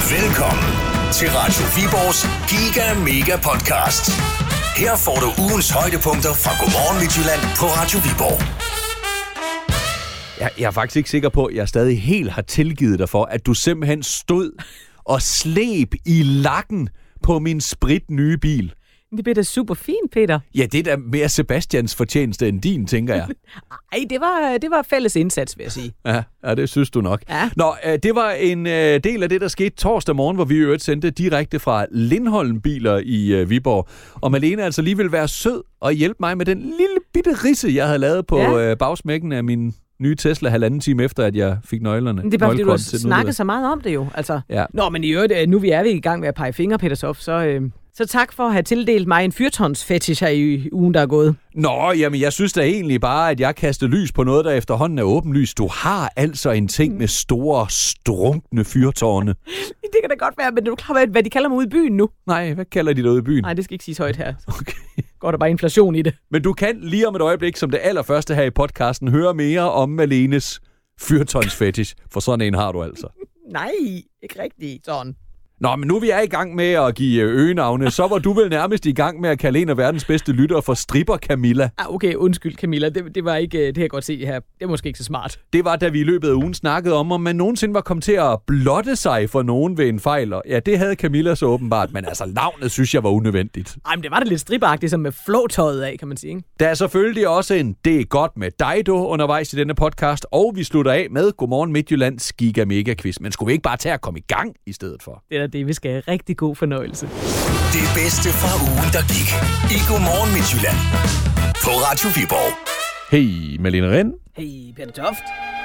Velkommen til Radio Viborgs Giga Mega Podcast. Her får du ugens højdepunkter fra Godmorgen Midtjylland på Radio Viborg. Jeg er faktisk ikke sikker på, at jeg stadig helt har tilgivet dig for, at du simpelthen stod og sleb i lakken på min spritnye bil. Det bliver da super fint, Peter. Ja, det er da mere Sebastians fortjeneste end din, tænker jeg. Ej, det var fælles indsats, vil jeg sige. Ja, det synes du nok. Ja. Nå, det var en del af det, der skete torsdag morgen, hvor vi i øvrigt sendte direkte fra Lindholm Biler i Viborg. Og Malene altså lige ville være sød og hjælpe mig med den lille bitte risse, jeg havde lavet på bagsmækken af min nye Tesla 1,5 time efter, at jeg fik nøglerne. Det er bare, fordi du har snakket så meget om det jo. Altså. Ja. Nå, men i øvrigt, nu er vi i gang med at pege fingre, Peter Toft, så tak for at have tildelt mig en fyrtårnsfetish her i ugen, der er gået. Nå, jamen jeg synes da egentlig bare, at jeg kastede lys på noget, der efterhånden er åbenlyst. Du har altså en ting med store, strunkne fyrtårne. Det kan da godt være, men du er klar, hvad de kalder mig ude i byen nu? Nej, hvad kalder de derude i byen? Nej, det skal ikke siges højt her. Okay. Går der bare inflation i det. Men du kan lige om et øjeblik, som det allerførste her i podcasten, høre mere om Malenes fyrtårnsfetish, for sådan en har du altså. Nej, ikke rigtigt sådan. Nå, men nu vi er i gang med at give øgenavne, så var du vel nærmest i gang med at kalde en af verdens bedste lyttere for Stripper Camilla. Okay, undskyld Camilla, det var ikke, det kan jeg godt se her. Det er måske ikke så smart. Det var, da vi i løbet af ugen snakkede om man nogensinde var kommet til at blotte sig for nogen ved en fejl. Ja, det havde Camilla så åbenbart, men altså navnet synes jeg var unødvendigt. Ej, men det var da lidt stripperagtigt, som med flåtøjet af, kan man sige, ikke? Der er selvfølgelig også en Det er godt med dig, du, undervejs i denne podcast, og vi slutter af med Godmorgen Midtjyllands Giga Mega Quiz. Men skulle vi ikke bare tage at komme i gang i stedet for? Det er det, vi skal have rigtig god fornøjelse. Det bedste fra ugen, der gik i Godmorgen Midtjylland på Radio Viborg. Hey, Malene Rind. Hey, Peter Toft.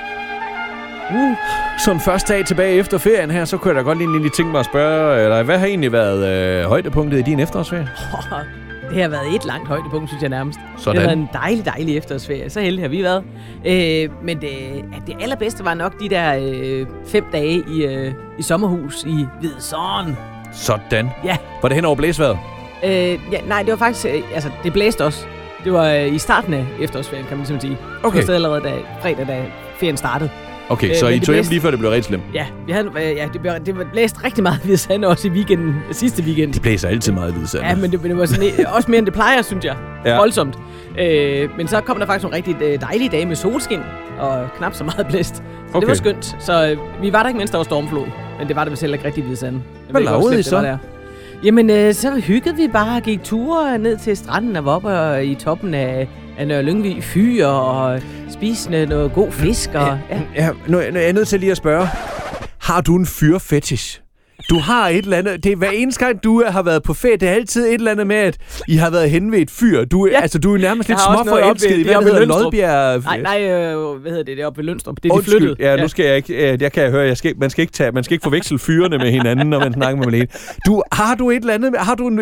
Som første dag tilbage efter ferien her, så kunne jeg da godt lige tænke mig at spørge, eller hvad har egentlig været højdepunktet i din efterårsferie? Det har været et langt højdepunkt, synes jeg nærmest. Sådan. Det har været en dejlig efterårsferie. Så heldige har vi været. Men det allerbedste var nok de der 5 dage i sommerhus i Hvidsån. Sådan. Ja. Var det hen over blæsvejret? Nej, det var faktisk... det blæste også. Det var i starten af efterårsferien, kan man simpelthen sige. Okay. Det var allerede fredag, da ferien startede. Okay, så I tog hjem lige før det blev rigtig slemt? Ja, det blæste rigtig meget i Hvidsand også i weekenden, sidste weekend. Det blæser altid meget i Hvidsand. Ja, men det var sådan, også mere end det plejer, synes jeg. Ja. Voldsomt. Men så kom der faktisk nogle rigtig dejlige dage med solskin og knap så meget blæst. Så okay. Det var skønt. Så vi var der ikke, mens der var stormflod. Men det var der vist heller ikke rigtig i Hvidsand. Hvad lavede I så? Jamen, så hyggede vi bare og gik ture ned til stranden og var oppe i toppen af Nørre Lyngvig Fyr og spise noget god fisk. Og, nu er jeg nødt til lige at spørge. Har du en fyrfetish? Du har et eller andet... Det er hver eneste gang, du har været på ferie, det er altid et eller andet med, at I har været henne ved et fyr. Du er nærmest lidt småforelsket i, hvad det hedder, Lodbjerg... Nej, hvad hedder det? Det er oppe ved Lønstrup. Det er de flyttet. Ja, nu skal jeg ikke... Jeg kan høre, man skal ikke forveksle fyrene med hinanden, når man snakker med Malene. Har du et eller andet... Har du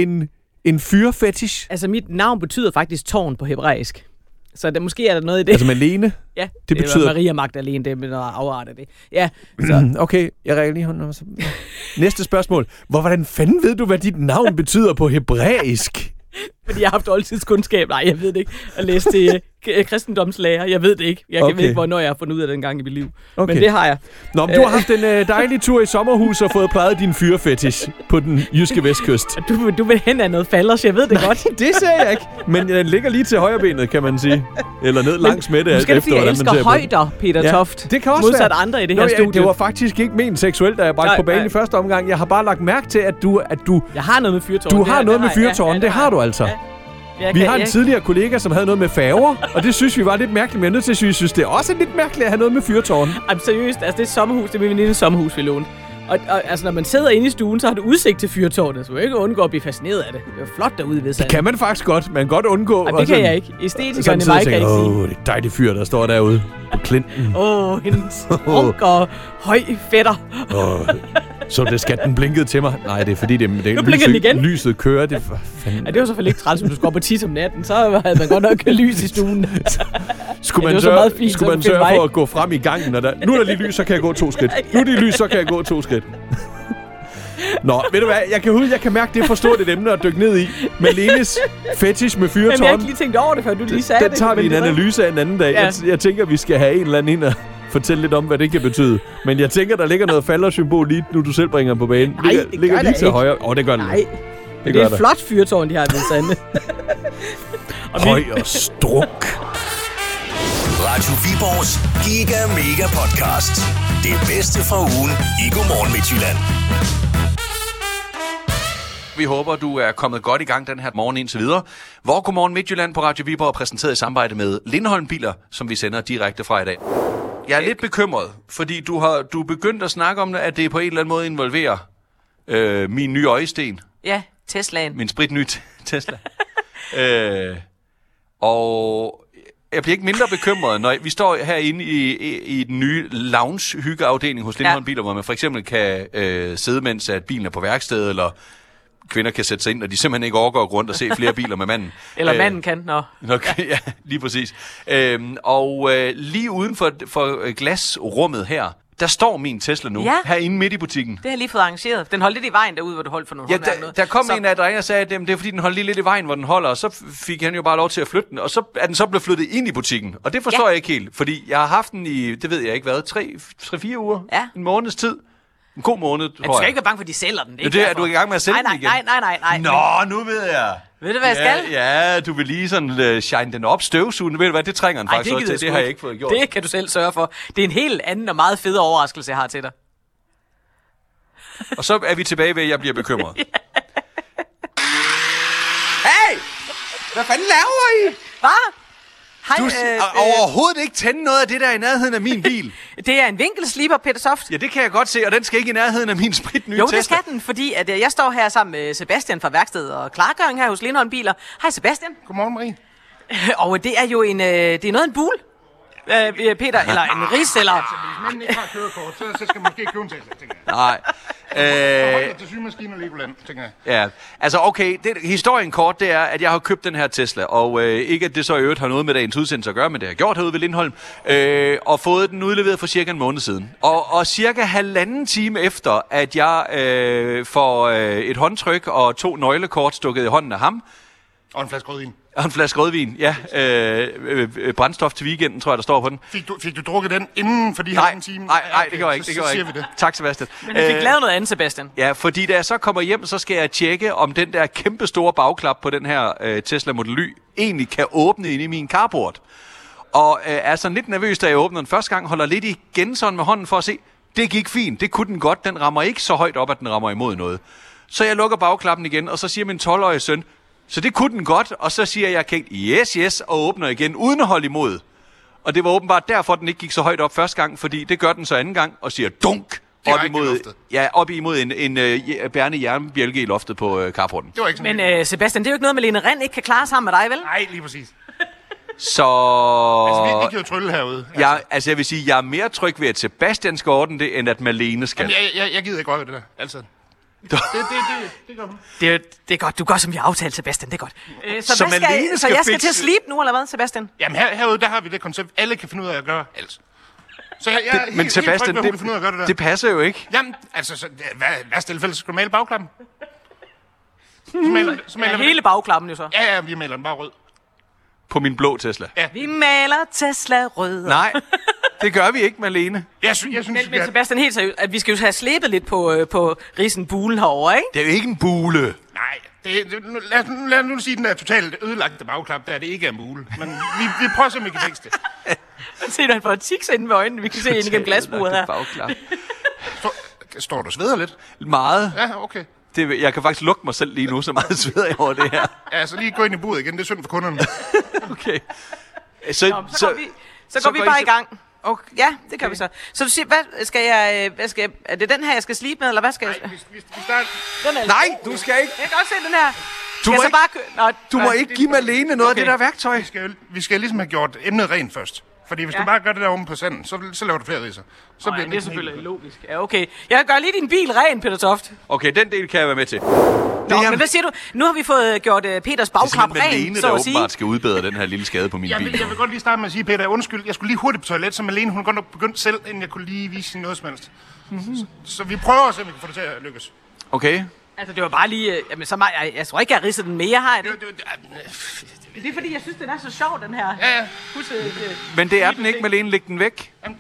en fyrfetish? Altså, mit navn betyder faktisk tårn på hebraisk. Så måske er der noget i det. Altså Malene? Ja, det betyder Maria Magdalene, det er noget afart af det. Ja, så. Okay, jeg rækker lige hånden. Næste spørgsmål. Hvordan fanden ved du, hvad dit navn betyder på hebraisk? Fordi jeg har haft oldtidskundskab. Nej, jeg ved det ikke. Jeg læste til kristendomslærer. Jeg ved det ikke. Jeg ved ikke, hvornår jeg har fundet ud af det en gang i mit liv. Okay. Men det har jeg. Nå, men du har haft en dejlig tur i sommerhus og fået plejet din fyrfetish på den jyske vestkyst. Du vil hen af noget falders, jeg ved det godt. Det ser jeg ikke. Men den ligger lige til højrebenet, kan man sige. Eller ned langs med det. Måske fordi jeg elsker højder, Peter Toft. Det kan også modsat være. Andre i det her studie. Det var faktisk ikke ment seksuelt, da jeg bragte på banen i første omgang. Jeg har bare lagt mærke til, at du... Jeg har noget med fyrtårn. Du har noget med fyrtårn, det har du altså. Vi har en tidligere kollega, som havde noget med færger, og det synes vi var lidt mærkeligt, men jeg er nødt til at synes, det er også lidt mærkeligt at have noget med fyrtårn. Jamen seriøst, altså det er sommerhus, det er min venindes sommerhus, vi lånte. Og altså, når man sidder inde i stuen, så har du udsigt til fyrtårnet, så man ikke undgå at blive fascineret af det. Det er flot derude ved sig. Det kan man faktisk godt. Man kan godt undgå. Ej, det kan jeg ikke. Æstetikerne mig kan ikke sige. Det er dejlig fyr, der står derude på klinten. Hendes og høj fætter. Så det skal den blinkede til mig. Nej, det er fordi, lyset kører. Det ja, det var selvfølgelig ikke træls, om du skulle op og tisse om natten. Så havde man godt nok lys i stuen. Skulle man sørge for at gå frem i gangen? Nu er der lige lys, så kan jeg gå 2 skridt. Nu er der lys, så kan jeg gå 2 skridt. Nå, ved du hvad? Jeg kan mærke, det er for stort et emne at dykke ned i. Malenes fetish med fyrtårn. Jeg har ikke lige tænkt over det, før du lige sagde det. Den tager vi en analyse af en anden dag. Ja. Jeg tænker, vi skal have en eller anden ind og fortælle lidt om, hvad det kan betyde. Men jeg tænker, der ligger noget faldersymbol lige nu, du selv bringer på banen. Nej, det ligger gør lige der til ikke. højre. Det gør det. Nej, det er et flot fyrtårn, de har i Hvide Høj og struk. Radio Viborgs Giga Mega Podcast. Det bedste fra ugen i Godmorgen Midtjylland. Vi håber, du er kommet godt i gang den her morgen indtil videre. Hvor Godmorgen Midtjylland på Radio Viborg er præsenteret i samarbejde med Lindholm Biler, som vi sender direkte fra i dag. Jeg er lidt bekymret, fordi du er begyndt at snakke om, at det på en eller anden måde involverer min nye øjesten. Ja, Teslaen. Min spritnye Tesla. Og jeg bliver ikke mindre bekymret, når vi står herinde i den nye lounge-hyggeafdeling hos Lindholm Biler, hvor man for eksempel kan sidde, mens at bilen er på værksted, eller kvinder kan sætte sig ind, når de simpelthen ikke overgår rundt og se flere biler med manden. Eller manden kan, Ja, lige præcis. Lige uden for glasrummet her, der står min Tesla nu, herinde midt i butikken. Det har jeg lige fået arrangeret. Den holdt lidt i vejen derude, hvor du holdt for nogle håndværk. Der kom en af dig og sagde, at det er fordi, den holdt lige lidt i vejen, hvor den holder, og så fik han jo bare lov til at flytte den, og så er den så blevet flyttet ind i butikken. Og det forstår jeg ikke helt, fordi jeg har haft den i, det ved jeg ikke hvad, 3-4 uger? Ja. En måneds tid. En god måned, tror jeg. Du skal ikke være bange for, at de sælger den. Det er du i gang med at sælge den igen? Nej. Nå, nu ved jeg. Ved du, hvad jeg skal? Ja, du vil lige sådan shine den op, støvsugen. Ved du hvad, det trænger den faktisk også til. Det har jeg ikke fået gjort. Det kan du selv sørge for. Det er en helt anden og meget fed overraskelse, jeg har til dig. Og så er vi tilbage ved, at jeg bliver bekymret. Hey! Hvad fanden laver I? Hvad? Du overhovedet ikke tænde noget af det der i nærheden af min bil. Det er en vinkelsliber, Peter Soft. Ja, det kan jeg godt se, og den skal ikke i nærheden af min spritnye Tesla. Jo, det skal den, fordi at jeg står her sammen med Sebastian fra værkstedet og klargøring her hos Lindholm Biler. Hej Sebastian. Godmorgen, Marie. Og det er jo det er noget en bul. Peter, eller en ris, eller... Hvis manden ikke har kørekort, så skal man måske købe en Tesla, tænker jeg. Nej. Holder til symaskiner og Legoland, tænker jeg. Ja, altså okay, historien kort, det er, at jeg har købt den her Tesla, og ikke at det så i øvrigt har noget med dagens udsendelse at gøre, men det har jeg gjort herude ved Lindholm, og fået den udleveret for cirka en måned siden. Og cirka 1,5 time efter, at jeg får et håndtryk og 2 nøglekort stukket i hånden af ham. Og en flaske rødvin. Og en flaske rødvin, ja. Brændstof til weekenden, tror jeg, der står på den. Fik du drukket den inden for de her en time? Nej, det gjorde jeg ikke. Så siger vi det. Tak, Sebastian. Men vi fik lavet noget andet, Sebastian. Ja, fordi da jeg så kommer hjem, så skal jeg tjekke, om den der kæmpe store bagklap på den her Tesla Model Y egentlig kan åbne ind i min carport. Og er sådan lidt nervøs, da jeg åbner den første gang, holder lidt igen sådan med hånden for at se, det gik fint, det kunne den godt, den rammer ikke så højt op, at den rammer imod noget. Så jeg lukker bagklappen igen, og så siger min 12-årige søn, så det kunne den godt, og så siger jeg kægt, yes, og åbner igen, uden at holde imod. Og det var åbenbart derfor, den ikke gik så højt op første gang, fordi det gør den så anden gang, og siger dunk, op imod en bærende jernbjælke i loftet på carporten. Det var ikke sådan. Men Sebastian, det er jo ikke noget, Malene Rind ikke kan klare sammen med dig, vel? Nej, lige præcis. Så... Altså, vi kan jo trylle herude. Jeg vil sige, jeg er mere tryg ved, at Sebastian skal ordne det, end at Malene skal. Jamen, jeg gider ikke røre det der, altså. Det gør hun. Det er godt, du gør, som vi har aftalt, Sebastian, det er godt. Så jeg skal til at sleep nu, eller hvad, Sebastian? Jamen herude, der har vi det koncept, alle kan finde ud af at gøre alt. Så jeg er men Sebastian, helt finde ud af at gøre det der. Det passer jo ikke. Jamen, altså, hvad tilfælde, skal du male bagklappen? Så maler hele bagklappen jo så. Ja, vi maler den bare rød. På min blå Tesla. Ja. Vi maler Tesla rød. Nej, det gør vi ikke, Malene. Jeg synes, men Sebastian, helt seriøst, at vi skal jo have slæbet lidt på risen bulen herovre, ikke? Det er jo ikke en bule. Nej, lad nu sige, den er totalt ødelagte bagklap, der det ikke er en bule. Men vi prøver at se, om vi kan fikse det. Se, du han får tiks ind med øjnene. Vi kan se ind igennem glasburet her. Står du og sveder lidt? Meget. Ja, okay. Jeg kan faktisk lugte mig selv lige nu, så meget sveder jeg over det her. Ja, så lige gå ind i buret igen. Det er synd for kunderne. Okay. Så går vi bare i gang. Okay. Ja, det gør vi så. Så du siger, hvad skal jeg... Er det den her, jeg skal slibe med, eller hvad skal jeg... Vi starter... Nej, du skal ikke... Jeg kan godt se den her. Du må ikke give Malene noget af det der værktøj. Vi skal ligesom have gjort emnet rent først. Fordi hvis du bare gør det der omme på sanden, så laver du flere riser. Så bliver det er selvfølgelig logisk. Ja, okay. Jeg gør lige din bil ren, Peter Toft. Okay, den del kan jeg være med til. Men hvad siger du? Nu har vi fået gjort Peters bagklap ren, så at sige. Det er der åbenbart skal udbedre den her lille skade på min bil. Jeg vil godt lige starte med at sige, Peter, undskyld. Jeg skulle lige hurtigt på toilet, så Malene, hun godt nok begyndt selv, inden jeg kunne lige vise hende noget som helst. Så vi prøver at se, om vi kan få det til at lykkes. Okay. Altså, det var bare lige... Jamen, så jeg tror ikke, jeg ridser den mere, har jeg det? Det er fordi, jeg synes, den er så sjov, den her. Ja. Men det er den ikke, Malene. Læg den væk.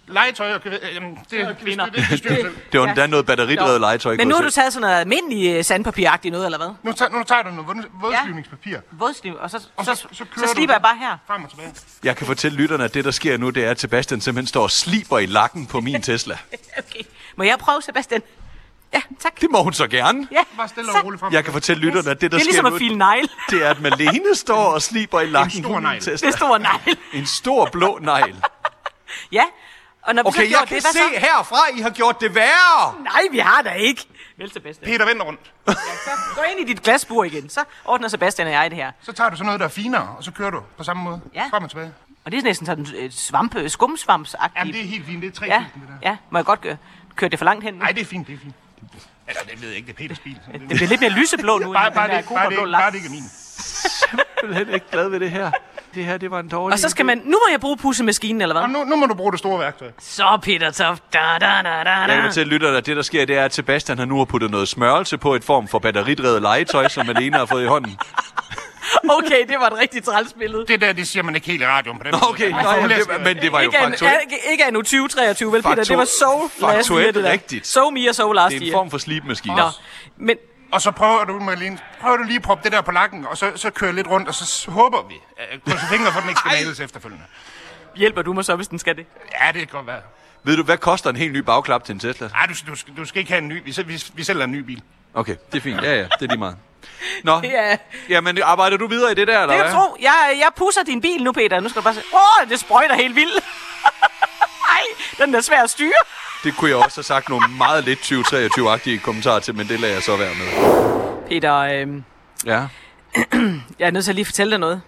Legetøj og kvinder. Der er noget batteridrevet legetøj. Men nu har du taget sådan noget almindeligt sandpapiragtigt noget, eller hvad? Nu tager du noget vådslivningspapir. Vådslivning, og så sliber jeg bare her. Frem og tilbage. Jeg kan fortælle lytterne, at det, der sker nu, det er, at Sebastian simpelthen står og sliber i lakken på min Tesla. Okay. Må jeg prøve, Sebastian? Ja, tak. Det må hun så gerne. Ja, bare stille og roligt frem. Jeg kan fortælle lytterne, at det, der sker ligesom nu, at file negl. det er, at Malene står og sliber i lakken på min Tesla. Det er stor negl. En stor blå negl. Ja. Og når Okay, jeg kan se herfra, I har gjort det værre. Nej, vi har da ikke. Vel, Sebastian. Peter, vend rundt. Ja, så gå ind i dit glasbur igen. Så ordner Sebastian og jeg det her. Så tager du sådan noget, der er finere, og så kører du på samme måde. Ja. Frem og tilbage. Og det er næsten sådan et skumsvampsagtigt. Jamen, det er helt fint. Det er 3.000, Ja, det der. Ja. Må jeg godt køre det for langt hen nu? Nej, det er fint. Eller, det ved jeg ikke. Det er Peters bil. Det bliver lidt mere lyseblå nu. Bare det ikke er min. Simpelthen ikke glad ved det her. Det her, det var en dårlig Og så skal man... Nu må jeg bruge pussemaskinen, eller hvad? Og nu må du bruge det store værktøj. Så, Peter Toft. Jeg kan fortælle lytterne, at det, der sker, det er, at Sebastian han nu har puttet noget smørelse på et form for batteridrevet legetøj, som Malene har fået i hånden. Okay, det var et rigtig træls billede. Det der, det siger man ikke helt i radioen på den Okay, men det var jo faktuelt. Ikke af nu 2023, vel, Peter? Det var so faktuelt rigtigt. So me og so last year. Det er en form for slibmaskine. Nå, men... Og så prøver du, Malene, lige at proppe det der på lakken, og så kører lidt rundt, og så håber vi, krydser fingre for, den ikke skal males efterfølgende. Hjælper du mig så, hvis den skal det? Ja, det kan godt være. Ved du, hvad koster en helt ny bagklap til en Tesla? Nej, du skal ikke have en ny. Vi sælger en ny bil. Okay, det er fint. Ja, det er lige meget. Nå, Ja. jamen arbejder du videre i det der, eller Det hvad? kan du tro. Jeg pusser din bil nu, Peter. Nu skal du bare se. Det sprøjter helt vildt. Ej, den er svær at styre. Det kunne jeg også have sagt nogle meget lidt 2023-agtige kommentarer til, men det lader jeg så være med. Peter, Ja. jeg er nødt til at lige fortælle dig noget.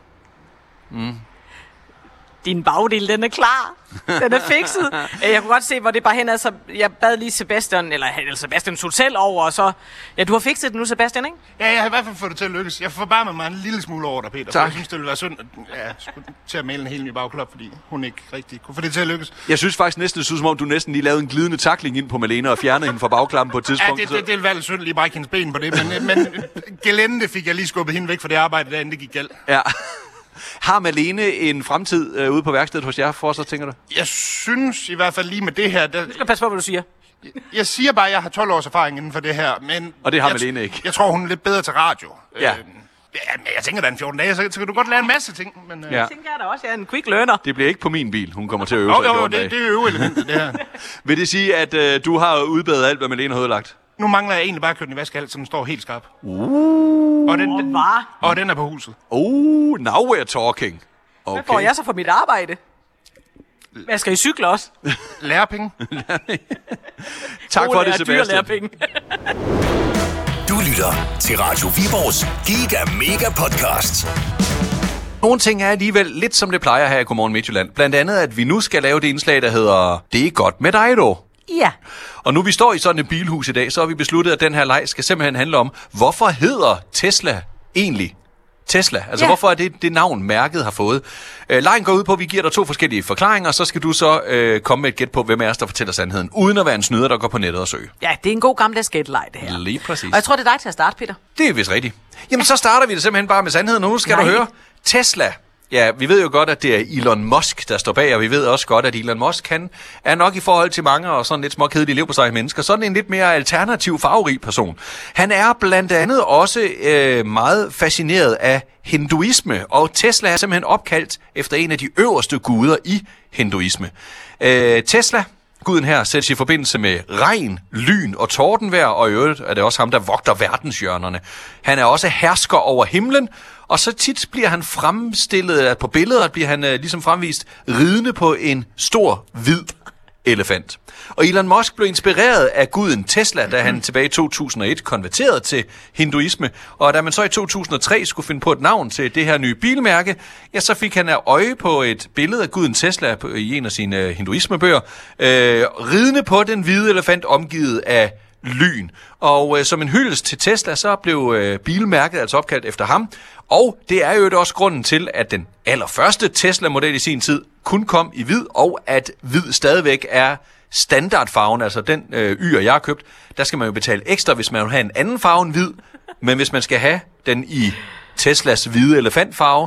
Din bagdel, den er klar. Den er fikset. Jeg kunne godt se, hvor det bare hen er, så jeg bad lige Sebastian, eller Sebastians hotel over, og så... Ja, du har fikset det nu, Sebastian, ikke? Ja, jeg har i hvert fald fået det til at lykkes. Jeg forbarmer mig en lille smule over dig, Peter. Tak. Jeg synes, det ville være synd, at jeg skulle til at male en helt ny bagklap, fordi hun ikke rigtig kunne få det til at lykkes. Jeg synes faktisk næsten, det synes, som om du næsten lige lavede en glidende tackling ind på Malene og fjernede hende fra bagklappen på et tidspunkt. Ja, det ville være lidt synd lige brække hendes ben på det, men gelente fik jeg lige skubbet hende væk fra det arbejde, der det gik galt. Ja. Har Malene en fremtid ude på værkstedet hos jer for, så tænker du? Jeg synes i hvert fald lige med det her... Du skal passe på, hvad du siger. Jeg siger bare, at jeg har 12 års erfaring inden for det her, men... Og det har Malene ikke. Jeg tror, hun er lidt bedre til radio. Ja. Men jeg tænker, der er en 14 dage, så kan du godt lære en masse ting. Men, Ja. Jeg tænker jeg da også, jeg er en quick learner. Det bliver ikke på min bil. Hun kommer til at øve sig i 14 dage. det er øveelementet, det her. Vil det sige, at du har udbedret alt, hvad Malene har ødelagt? Nu mangler jeg egentlig bare at køre den i vaskehal, så den står helt skarp. Og den er på huset. Now we're talking. Okay. Hvad får jeg så for mit arbejde? Hvad skal I cykle også? Lærepenge. Tak for det, Sebastian. Du lytter til Radio Viborgs Giga Mega Podcast. Nogle ting er alligevel lidt som det plejer her i Godmorgen Midtjylland. Blandt andet, at vi nu skal lave det indslag, der hedder Det er godt med dig, dog. Ja. Og nu vi står i sådan et bilhus i dag, så har vi besluttet, at den her leg skal simpelthen handle om, hvorfor hedder Tesla egentlig Tesla? Altså, hvorfor er det navn, mærket har fået? Legen går ud på, at vi giver dig 2 forskellige forklaringer, og så skal du så komme med et gæt på, hvem af os, der fortæller sandheden, uden at være en snyder, der går på nettet og søger. Ja, det er en god gammeldags gætteleg, det her. Lige præcis. Og jeg tror, det er dig til at starte, Peter. Det er vist rigtigt. Jamen, så starter vi det simpelthen bare med sandheden. Nu skal du høre. Tesla. Ja, vi ved jo godt, at det er Elon Musk, der står bag, og vi ved også godt, at Elon Musk, han er nok i forhold til mange og sådan lidt småkedelige leverpostej mennesker, sådan en lidt mere alternativ, farverig person. Han er blandt andet også meget fascineret af hinduisme, og Tesla er simpelthen opkaldt efter en af de øverste guder i hinduisme. Tesla, guden her, sættes i forbindelse med regn, lyn og tordenvejr, og i øvrigt er det også ham, der vogter verdenshjørnerne. Han er også hersker over himlen, og så tit bliver han fremstillet, at på billeder bliver han ligesom fremvist ridende på en stor, hvid elefant. Og Elon Musk blev inspireret af guden Tesla, da han tilbage i 2001 konverterede til hinduisme. Og da man så i 2003 skulle finde på et navn til det her nye bilmærke, ja, så fik han øje på et billede af guden Tesla i en af sine hinduismebøger, ridende på den hvide elefant omgivet af lyn. Og som en hyldest til Tesla, så blev bilmærket altså opkaldt efter ham. Og det er jo også grunden til, at den allerførste Tesla-model i sin tid kun kom i hvid, og at hvid stadigvæk er standardfarven, altså den jeg har købt. Der skal man jo betale ekstra, hvis man vil have en anden farve end hvid. Men hvis man skal have den i Teslas hvide elefantfarve,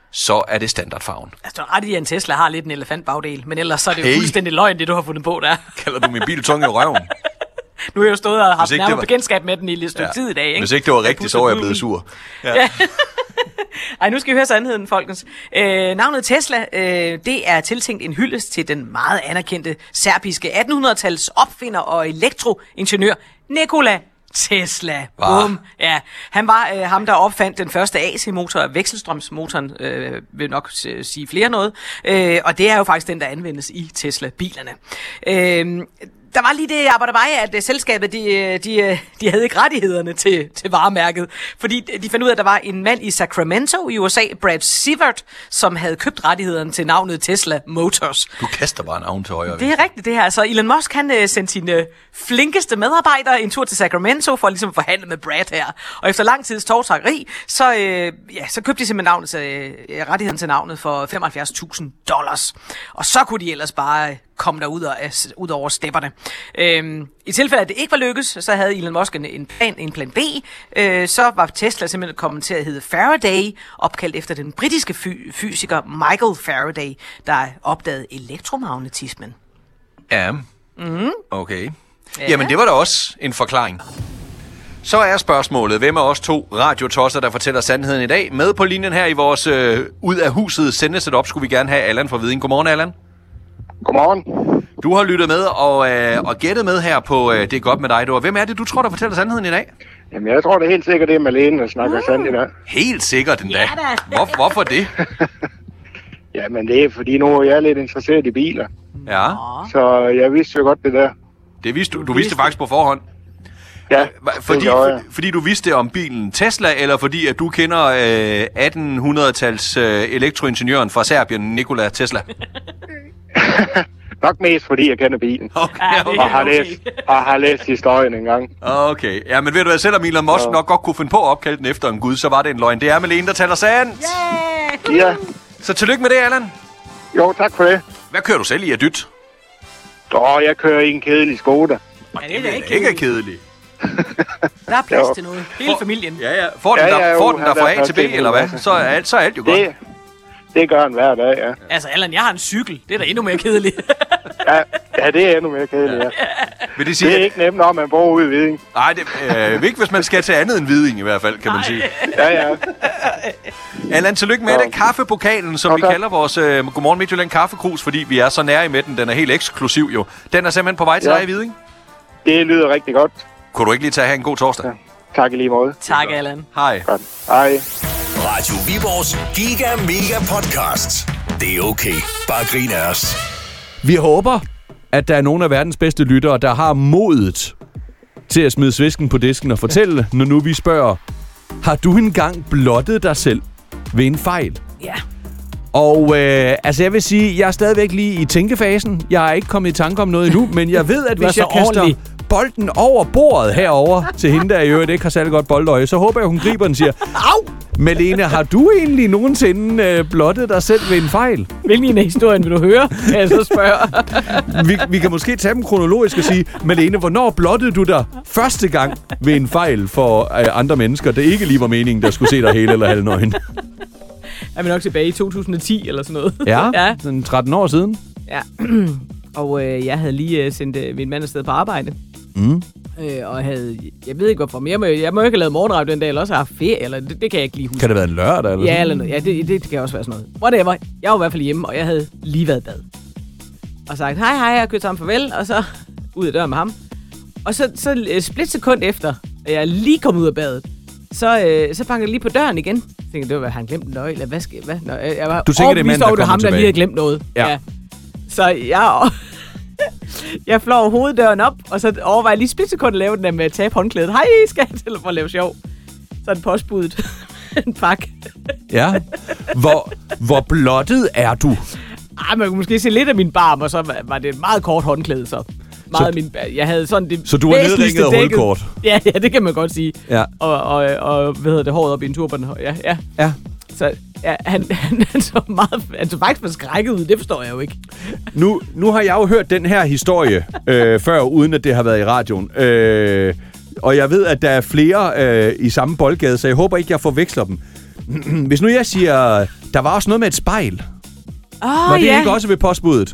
så er det standardfarven. Altså, ret i, at en Tesla har lidt en elefantbagdel, men ellers så er det jo fuldstændig løgn, det du har fundet på der. Kalder du min bil tunge i røven? Nu har jeg jo stået og haft nærmere bekendtskab med den i lidt stykke tid i dag, ikke? Hvis ikke det var rigtigt, så var jeg blevet sur. Ja. Ej, nu skal vi høre sandheden, folkens. Navnet Tesla, det er tiltænkt en hyldest til den meget anerkendte serbiske 1800-tals opfinder og elektroingeniør Nikola Tesla. Boom. Ja, han var ham, der opfandt den første AC-motor, vekselstrømsmotoren, vil nok sige flere noget. Og det er jo faktisk den, der anvendes i Tesla-bilerne. Der var lige det arbejde, at selskabet, de havde ikke rettighederne til varemærket, fordi de fandt ud af, at der var en mand i Sacramento i USA, Brad Sivert, som havde købt rettighederne til navnet Tesla Motors. Du kaster bare navn til højre. Det er rigtigt, det her. Altså, Elon Musk, han sendte sine flinkeste medarbejdere en tur til Sacramento for at ligesom forhandle med Brad her. Og efter lang tids tovtrækkeri, så købte de simpelthen rettigheden til navnet for $75,000. Og så kunne de ellers bare komme ud over stepperne. I tilfælde, at det ikke var lykkes, så havde Elon Musk en plan B. Så var Tesla simpelthen kommet til at hedde Faraday, opkaldt efter den britiske fysiker Michael Faraday, der opdagede elektromagnetismen. Ja, okay. Ja. Jamen, det var da også en forklaring. Så er spørgsmålet, hvem af os to radiotosser, der fortæller sandheden i dag? Med på linjen her i vores ud af huset sendesetup skulle vi gerne have Allan fra Viding. Godmorgen, Allan. Godmorgen. Du har lyttet med og gættet med her på Det er godt med dig. Hvem er det, du tror, der fortæller sandheden i dag? Jamen, jeg tror det er helt sikkert, det er Malene, der snakker sandt i dag. Helt sikkert endda. Hvorfor det? Jamen, det er fordi nu jeg er lidt interesseret i biler. Ja. Så jeg vidste jo godt det der. Det vidste du vidste faktisk på forhånd? Ja, fordi du vidste om bilen Tesla, eller fordi at du kender 1800-tals elektroingeniøren fra Serbien, Nikola Tesla? Nok mest fordi jeg kender bilen. Okay. Og har læst historien engang. Okay. Ja, men ved du hvad, selvom Elon Musk nok godt kunne finde på at opkalde den efter en gud, så var det en løgn. Det er Malene, der taler sandt. Yeah! Ja. Så tillykke med det, Allan. Jo, tak for det. Hvad kører du selv i, dyt? Jeg kører i en kedelig Skoda. Ja, det er ikke kedeligt. Der er plads til noget. Hele familien. Ja. Får den der fra A til B, eller hvad? Så er alt jo godt. Det gør han hver dag, ja. Altså, Allan, jeg har en cykel. Det er da endnu mere kedeligt. ja, det er endnu mere kedeligt, ja. Vil det sige, det er ikke nemt, når man bor ude i Viding. Nej, det er ikke, hvis man skal til andet end Viding i hvert fald, kan man sige. Ja. Allan, tillykke med det. Kaffepokalen, som vi kalder vores Godmorgen Midtjylland kaffekrus, fordi vi er så nære med den. Den er helt eksklusiv jo. Den er simpelthen på vej til dig i Viding. Det lyder rigtig godt. Kunne du ikke lige tage her en god torsdag? Ja. Tak i lige måde. Tak, Allan. Hej. Godt. Hej. Radio Viborgs Giga Mega Podcast. Det er okay. Bare grin af os. Vi håber, at der er nogle af verdens bedste lyttere, der har modet til at smide svisken på disken og fortælle, når nu vi spørger, har du engang blottet dig selv ved en fejl? Ja. Og jeg vil sige, jeg er stadigvæk lige i tænkefasen. Jeg er ikke kommet i tanke om noget endnu, men jeg ved, at hvis jeg kaster bolden over bordet herover til hende, der i øvrigt ikke har særlig godt boldøje, så håber jeg, hun griber den og siger, au! Malene, har du egentlig nogensinde blottet dig selv ved en fejl? Hvilken af historien vil du høre? Kan jeg så spørge. vi kan måske tage dem kronologisk og sige, Malene, hvornår blottede du dig første gang ved en fejl for andre mennesker, der ikke lige var meningen, der skulle se dig hele eller halvnøgen? Er vi nok tilbage i 2010 eller sådan noget? Ja, sådan 13 år siden. Ja, og jeg havde lige sendt min mand afsted på arbejde. Og jeg ved ikke hvorfor, men jeg må ikke have lavet morgenradio den dag, eller også have haft ferie, eller det kan jeg ikke lige huske. Kan det være en lørdag? Eller eller noget. Ja, det kan også være sådan noget. Whatever. Jeg var i hvert fald hjemme, og jeg havde lige været i bad. Og sagt, hej, jeg har kørt sammen farvel, og så ud af døren med ham. Og så splitsekund efter, at jeg lige kom ud af badet, så banker jeg lige på døren igen. Jeg tænkte, det var, han glemt en nøgle, eller hvad sker? Jeg var du tænker, det er mand, der kommer ham, der lige havde glemt noget. Ja. Så jeg flår hoveddøren op, og så overvejer lige splitsekund at lave den der med at tabe håndklædet. Hej, skal jeg til for at lave sjov? Så er den postbudet en pakke. Ja. Hvor blottet er du? Man kunne måske se lidt af min barm, og så var det et meget kort håndklæde, så. Jeg havde sådan det. Så du var nedringet af hovedkort? Ja, det kan man godt sige. Ja. Og hvad hedder det, håret op i en turban. Ja. Så ja, han så faktisk forskrækket ud, det forstår jeg jo ikke. Nu har jeg jo hørt den her historie før, uden at det har været i radioen. Og jeg ved, at der er flere i samme boldgade, så jeg håber ikke, jeg forveksler dem. Hvis nu jeg siger, der var også noget med et spejl. Var det ikke også ved postbuddet?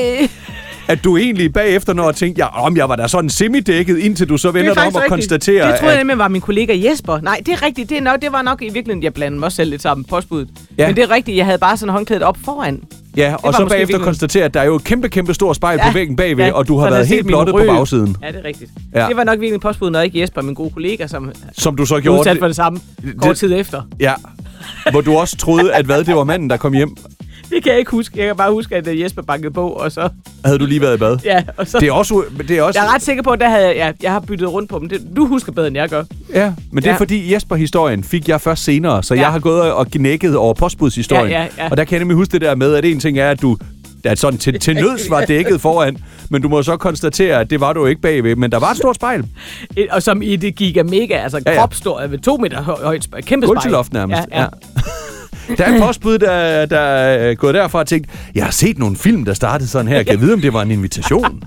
At du egentlig bagefter, når jeg tænkte, om jeg var der sådan semidækket, indtil du så vender dig om og konstaterer, det troede jeg nemlig var min kollega Jesper. Nej, det er rigtigt. Det var nok i virkeligheden, jeg blandede mig også selv lidt sammen postbuddet. Ja. Men det er rigtigt, jeg havde bare sådan håndklædet op foran. Ja, og så bagefter konstaterer, at der er jo et kæmpe stor spejl på væggen bagved, og du har været helt blottet på bagsiden. Ja, det er rigtigt. Ja. Det var nok virkelig postbuddet, når ikke Jesper, min gode kollega, som du så gjorde udsat for det samme kort tid efter. Ja, hvor du også troede, at det var manden, der kom hjem. Det kan jeg ikke huske. Jeg kan bare huske, at Jesper bankede på, og så... Havde du lige været i bad? Ja, og så... Det er også... Jeg er ret sikker på, at der havde jeg har byttet rundt på dem. Du husker bedre, end jeg gør. Ja, men det er fordi Jesper-historien fik jeg først senere, så jeg har gået og gnækket over postbudshistorien. Ja. Og der kan jeg nemlig huske det der med, at en ting er, at du... At sådan til nøds var dækket foran, men du må så konstatere, at det var du ikke bagved. Men der var et stort spejl. Og som i det gigamega, altså kropstor ved 2 meter højt spejl. Kæmpe spejl. Gulv til loft nærmest. Ja. Der er en postbud, der er gået derfra og tænkt, jeg har set nogle film, der startede sådan her. Kan jeg vide, om det var en invitation?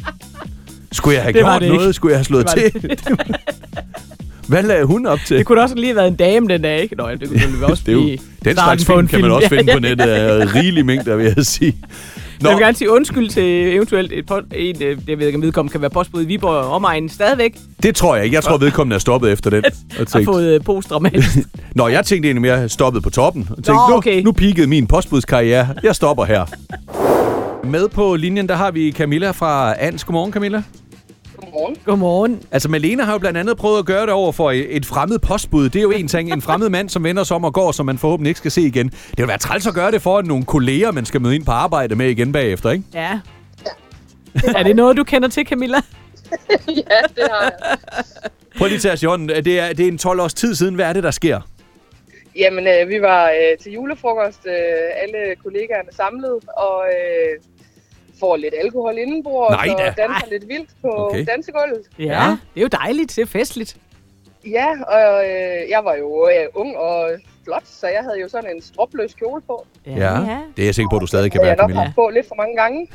Skulle jeg have gjort noget? Skulle jeg have slået til? Hvad lagde hun op til? Det kunne også lige have været en dame den dag, ikke? Nå, det kunne også blive den slags film kan man også finde på nettet af rigelig mængder, vil jeg sige. Jeg vil gerne sige undskyld til eventuelt jeg ved ikke, om vedkommende kan være postbud i Viborg omegnen stadigvæk. Det tror jeg ikke. Jeg tror, vedkommende er stoppet efter den. Og fået posttraumatisk. Nå, jeg tænkte egentlig mere stoppet på toppen. Og tænkte, nu peakede min postbudskarriere. Jeg stopper her. Med på linjen, der har vi Camilla fra Ans. Godmorgen, Camilla. Godmorgen. Altså, Malene har jo blandt andet prøvet at gøre det over for et fremmed postbud. Det er jo en ting, en fremmed mand, som vender sig om og går, som man forhåbentlig ikke skal se igen. Det vil være træls at gøre det for nogle kolleger, man skal møde ind på arbejde med igen bagefter, ikke? Ja. Er det noget, du kender til, Camilla? Ja, det har jeg. Prøv lige til at sige hånden. Det er en 12 års tid siden. Hvad er det, der sker? Jamen, vi var til julefrokost, alle kollegaerne samlet, og får lidt alkohol indenbords og danser lidt vildt på dansegulvet. Ja, det er jo dejligt. Det er festligt. Ja, og jeg var jo ung og flot, så jeg havde jo sådan en stropløs kjole på. Ja, det er jeg sikker på, at du stadig kan være, Camilla. Jeg har nok på lidt for mange gange.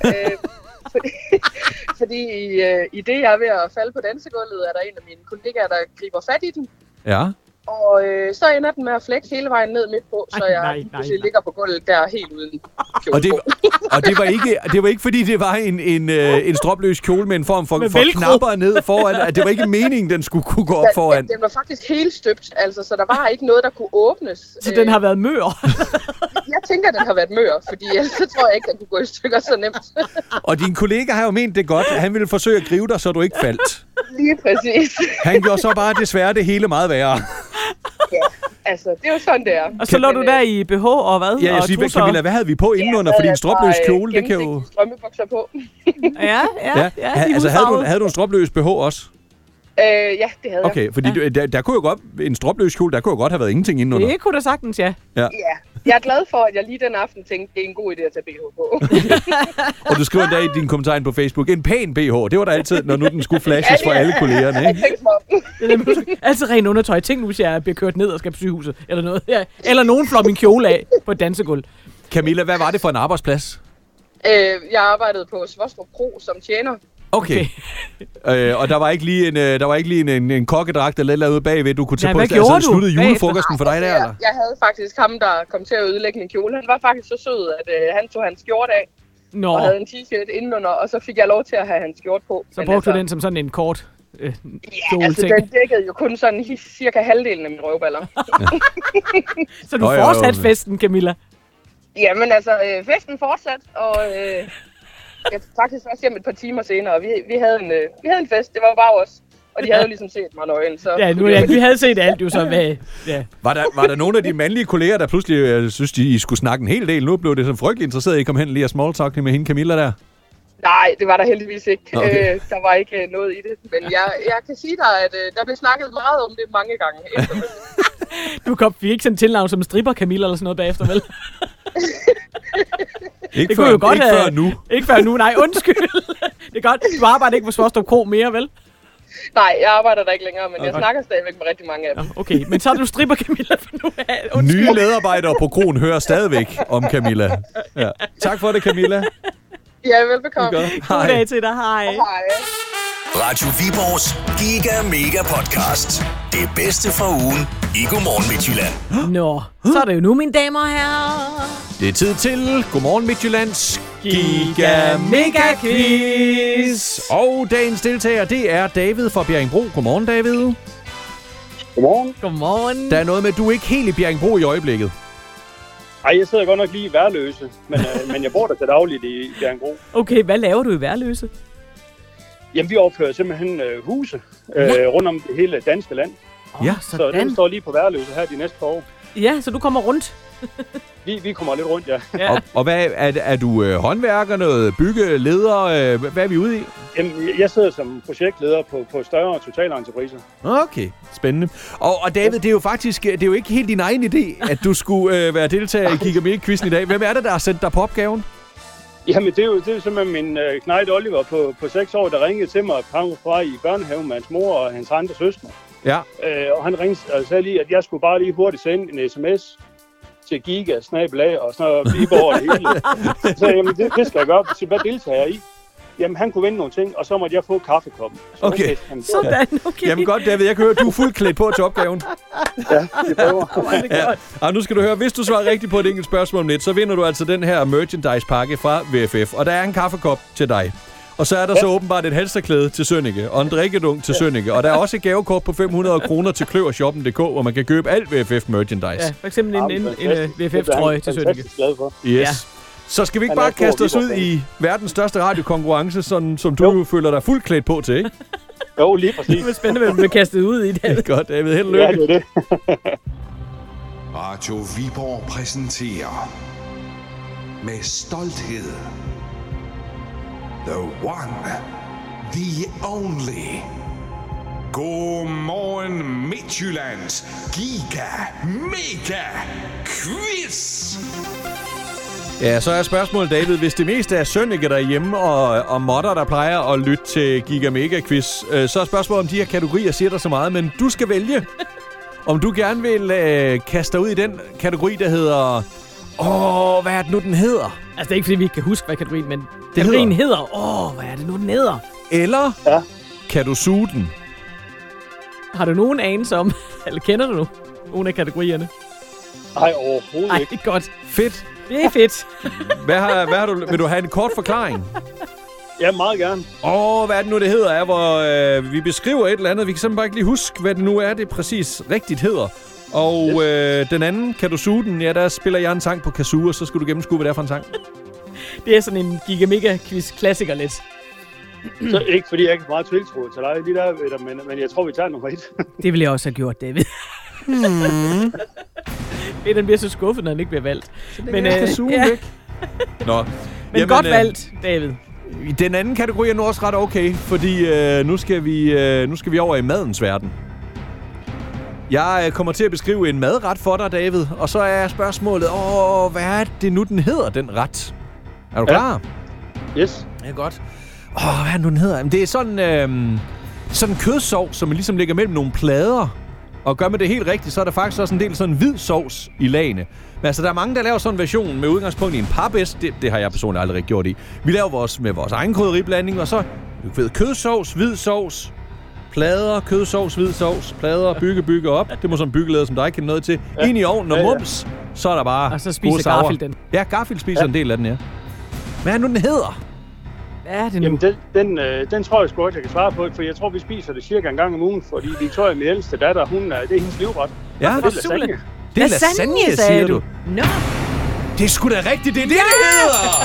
Fordi i det, jeg er ved at falde på dansegulvet, er der en af mine kollegaer, der griber fat i den. Ja. Og så ender den med at flække hele vejen ned midt på, så jeg pludselig ligger på gulvet der helt uden kjole og det var ikke fordi det var en stropløs kjole med en form for knapper ned foran, at det var ikke meningen, den skulle kunne gå op foran. Den var faktisk helt støbt, altså, så der var ikke noget, der kunne åbnes. Så den har været mør? Jeg tænker, den har været mør, fordi ellers tror jeg ikke, den kunne gå i stykker så nemt. Og din kollega har jo ment det godt. Han ville forsøge at gribe dig, så du ikke faldt. Lige præcis. Han gjorde så bare desværre det hele meget værre. Ja, altså, det er jo sådan, det er. Og så lå du der i BH og hvad? Ja, jeg siger, Camilla, hvad havde vi på indenunder? Fordi en stropløs kjole, det kan jo... strømmebukser på. Ja. Altså, havde du en stropløs BH også? Ja, det havde jeg. Okay, fordi der kunne jo godt... En stropløs kjole, der kunne jo godt have været ingenting indenunder. Det kunne da sagtens, ja. Jeg er glad for, at jeg lige den aften tænkte, det er en god idé at tage BH på. Og du skriver endda i din kommentar på Facebook, en pæn BH, det var der altid, når nu den skulle flashes for alle kollegerne, ikke? Altså rent undertøj. Tænk nu, hvis jeg bliver kørt ned og skal på sygehuset, eller noget. Ja. Eller nogen flår min kjole af på et dansegulv. Camilla, hvad var det for en arbejdsplads? Jeg arbejdede på Svostrup Kro som tjener. Okay. Og der var ikke lige en kokkedragt eller ude bagved, du kunne tage på. Hvad gjorde du? Sluttede julefrokosten for dig der, eller? Jeg havde faktisk ham, der kom til at ødelægge min kjole. Han var faktisk så sød, at han tog hans skjorte af. Og havde en t-shirt indenunder, og så fik jeg lov til at have hans skjorte på. Så brugte du den som sådan en kort ja, altså den dækkede jo kun sådan cirka halvdelen af mine røvballer. Så du fortsatte festen, Camilla? Jamen altså, festen fortsatte, og jeg faktisk først hjem et par timer senere, og vi havde en fest, det var bare os. Og de havde jo ligesom set mig nøgen, så... vi havde set alt jo så med... Ja. Var der nogle af de mandlige kolleger, der pludselig synes, I skulle snakke en hel del? Nu blev det så frygtelig interesseret, I kom hen lige og smalltalk med hende Camilla der. Nej, det var der heldigvis ikke. Okay. Der var ikke noget i det. Men jeg kan sige dig, at der blev snakket meget om det mange gange efterfølgende. Du fik ikke sådan tilnavn som stripper Camilla eller sådan noget bagefter, vel? Ikke før nu. Ikke før nu, nej, undskyld. Det er godt. Du arbejder ikke på Svostrup Kro mere, vel? Nej, jeg arbejder der ikke længere, men jeg snakker stadigvæk med rigtig mange af dem. Okay, men så er du stripper Camilla for nu af. Nye medarbejdere på kroen hører stadigvæk om Camilla. Ja. Tak for det, Camilla. Ja, velbekomme. God dag til dig. Hej. Hej. Radio Viborgs Giga Mega Podcast. Det bedste fra ugen i Godmorgen Midtjylland. Nå, så er det jo nu, mine damer og herrer. Det er tid til Godmorgen Midtjyllands Giga Mega Quiz. Og dagens deltager, det er David fra Bjerringbro. Godmorgen, David. Godmorgen. Godmorgen. Der er noget med, at du er ikke helt i Bjerringbro i øjeblikket. Ej, jeg sidder godt nok lige i Værløse, men jeg bor der til dagligt i Bjerringbro. Okay, hvad laver du i Værløse? Jamen, vi opfører simpelthen huse rundt om det hele danske land. Ja, så det står lige på Værløse her de næste par år. Ja, så du kommer rundt? Vi kommer lidt rundt, ja. Og hvad er du håndværker, noget byggeleder? Hvad er vi ude i? Jamen, jeg sidder som projektleder på større totalentrepriser. Okay, spændende. Og David, det er jo ikke helt din egen idé, at du skulle være deltager i Giga Mega-quizzen i dag. Hvem er det, der har sendt dig på opgaven? Jamen, det er jo simpelthen min knejt Oliver på 6 år, der ringede til mig fra i børnehaven med hans mor og hans andre søskende. Ja. Og han ringede og sagde lige, at jeg skulle bare lige hurtigt sende en sms til Giga, snabelag og sådan noget, Viborg og det hele. Så sagde jeg, jamen det skal jeg gøre. Så hvad deltager jeg i? Jamen, han kunne vinde nogle ting, og så måtte jeg få kaffekoppen. Okay. Sådan, okay. Jamen godt, David, jeg kan høre, du er fuldt klædt på til opgaven. Ja, det prøver. Ja. Og nu skal du høre, hvis du svarer rigtigt på et enkelt spørgsmål om lidt, så vinder du altså den her merchandise-pakke fra VFF. Og der er en kaffekop til dig. Og så er der så åbenbart et halsterklæde til Sønneke, og en drikkedunk til Sønneke. Og der er også et gavekort på 500 kroner til kløvershoppen.dk, hvor man kan købe alt VFF merchandise. Ja, for eksempel en VFF-trøje til Sønneke. Yes. Ja. Så skal vi ikke bare kaste os ud i verdens største radiokonkurrence, sådan, som du jo føler dig fuldt klædt på til, ikke? Jo, lige præcis. Det er spændende, hvad du bliver kastet ud i det. Godt, David. Held og lykke. Ja, det er det. Radio Viborg præsenterer med stolthed The One, The Only. Godmorgen Midtjyllands Giga Mega Quiz. Ja, så er spørgsmålet, David. Hvis det meste er Sønneke derhjemme og modder, der plejer at lytte til Giga Mega Quiz, så er spørgsmålet, om de her kategorier siger dig så meget, men du skal vælge, om du gerne vil kaste dig ud i den kategori, der hedder... hvad er det nu, den hedder? Altså, det er ikke, fordi vi ikke kan huske, hvad kategorien, men kategorien hedder... hvad er det nu, den hedder? Eller kan du suge den? Har du nogen anelse om, eller kender du nogle af kategorierne? Nej, overhovedet ikke. Ej, godt. Fedt. Det er fedt. Hvad har du? Vil du have en kort forklaring? Ja, meget gerne. Hvad er det nu, det hedder? Er, hvor vi beskriver et eller andet. Vi kan simpelthen bare ikke lige huske, hvad det nu er, det præcis rigtigt hedder. Og den anden, kan du suge den? Ja, der spiller jeg en sang på kazoo, og så skal du gennemskue, hvad det er for en sang. Det er sådan en Giga Mega Quiz klassiker lidt. Så ikke fordi jeg ikke har meget tiltro til dig lige der, men jeg tror, vi tager nummer 1. Det ville jeg også have gjort, David. Den bliver så skuffet, når den ikke bliver valgt. Men jeg kan suge væk. Nå. Men jamen, godt valgt, David. Den anden kategori er nu også ret okay, fordi nu skal vi over i madens verden. Jeg kommer til at beskrive en madret for dig, David, og så er spørgsmålet, hvad er det nu, den hedder, den ret? Er du klar? Yes. Ja, godt. Hvad er det nu, den hedder? Det er sådan en kødsovs, som man ligesom lægger mellem nogle plader. Og gør man det helt rigtigt, så er der faktisk også en del sådan hvid sovs i lagene. Men altså, der er mange, der laver sådan en version med udgangspunkt i en papæsk. Det har jeg personligt aldrig gjort i. Vi laver med vores egen krydderiblanding, og så kødsovs, hvid sovs, plader, kødsovs, hvid sovs, plader, bygge op. Det må sådan en byggeleder som dig kende noget til. Ind i ovnen og mums, så er der bare... Og så spiser Garfield den. Ja, Garfield spiser en del af den, ja. Hvad er nu, den hedder? Hvad er det nu? Jamen, den tror jeg sgu godt, jeg kan svare på, for jeg tror, vi spiser det cirka en gang om ugen, fordi Victoria, min ældste datter, det er hendes livret. Ja, det er lasagne. Det er lasagne, siger du? Nå. Det er sgu da rigtigt, det er det, det hedder!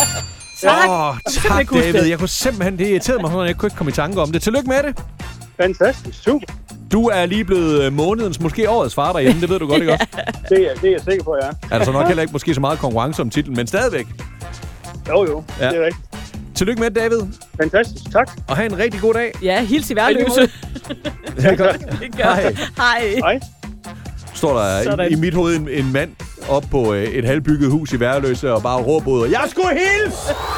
Tak, David. Jeg kunne simpelthen... Det irriterede mig, jeg kunne ikke komme i tanke om det. Tillykke med det. Fantastisk, super. Du er lige blevet månedens, måske årets far derhjemme, det ved du godt, ikke også? Det er jeg sikker på, ja. Er der så nok heller ikke måske så meget konkurrence om titlen, men stadigvæk? Jo, ja. Det er rigtigt. Tillykke med det, David. Fantastisk, tak. Og have en rigtig god dag. Ja, hils i Værløse. Det er godt. Hej. Står der sådan i mit hoved en mand op på et halvbygget hus i Værløse og bare råber ud, jeg skulle hilse!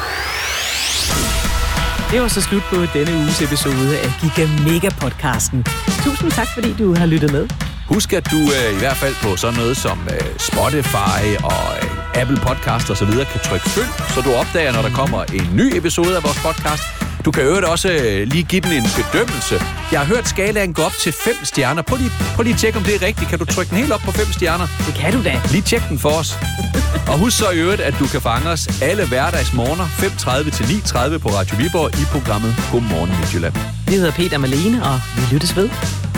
Det var så slut på denne uges episode af Giga Mega Podcasten. Tusind tak, fordi du har lyttet med. Husk, at du i hvert fald på sådan noget som Spotify og Apple Podcast og så videre kan trykke følg, så du opdager, når der kommer en ny episode af vores podcast. Du kan jo også lige give den en bedømmelse. Jeg har hørt skalaen gå op til 5 stjerner. Prøv lige at tjekke, om det er rigtigt. Kan du trykke den helt op på 5 stjerner? Det kan du da. Lige tjek den for os. Og husk så i øvrigt, at du kan fange os alle hverdagsmorgener 5:30 til 9:30 på Radio Viborg i programmet Godmorgen Midtjylland. Vi hedder Peter Malene, og vi lyttes ved.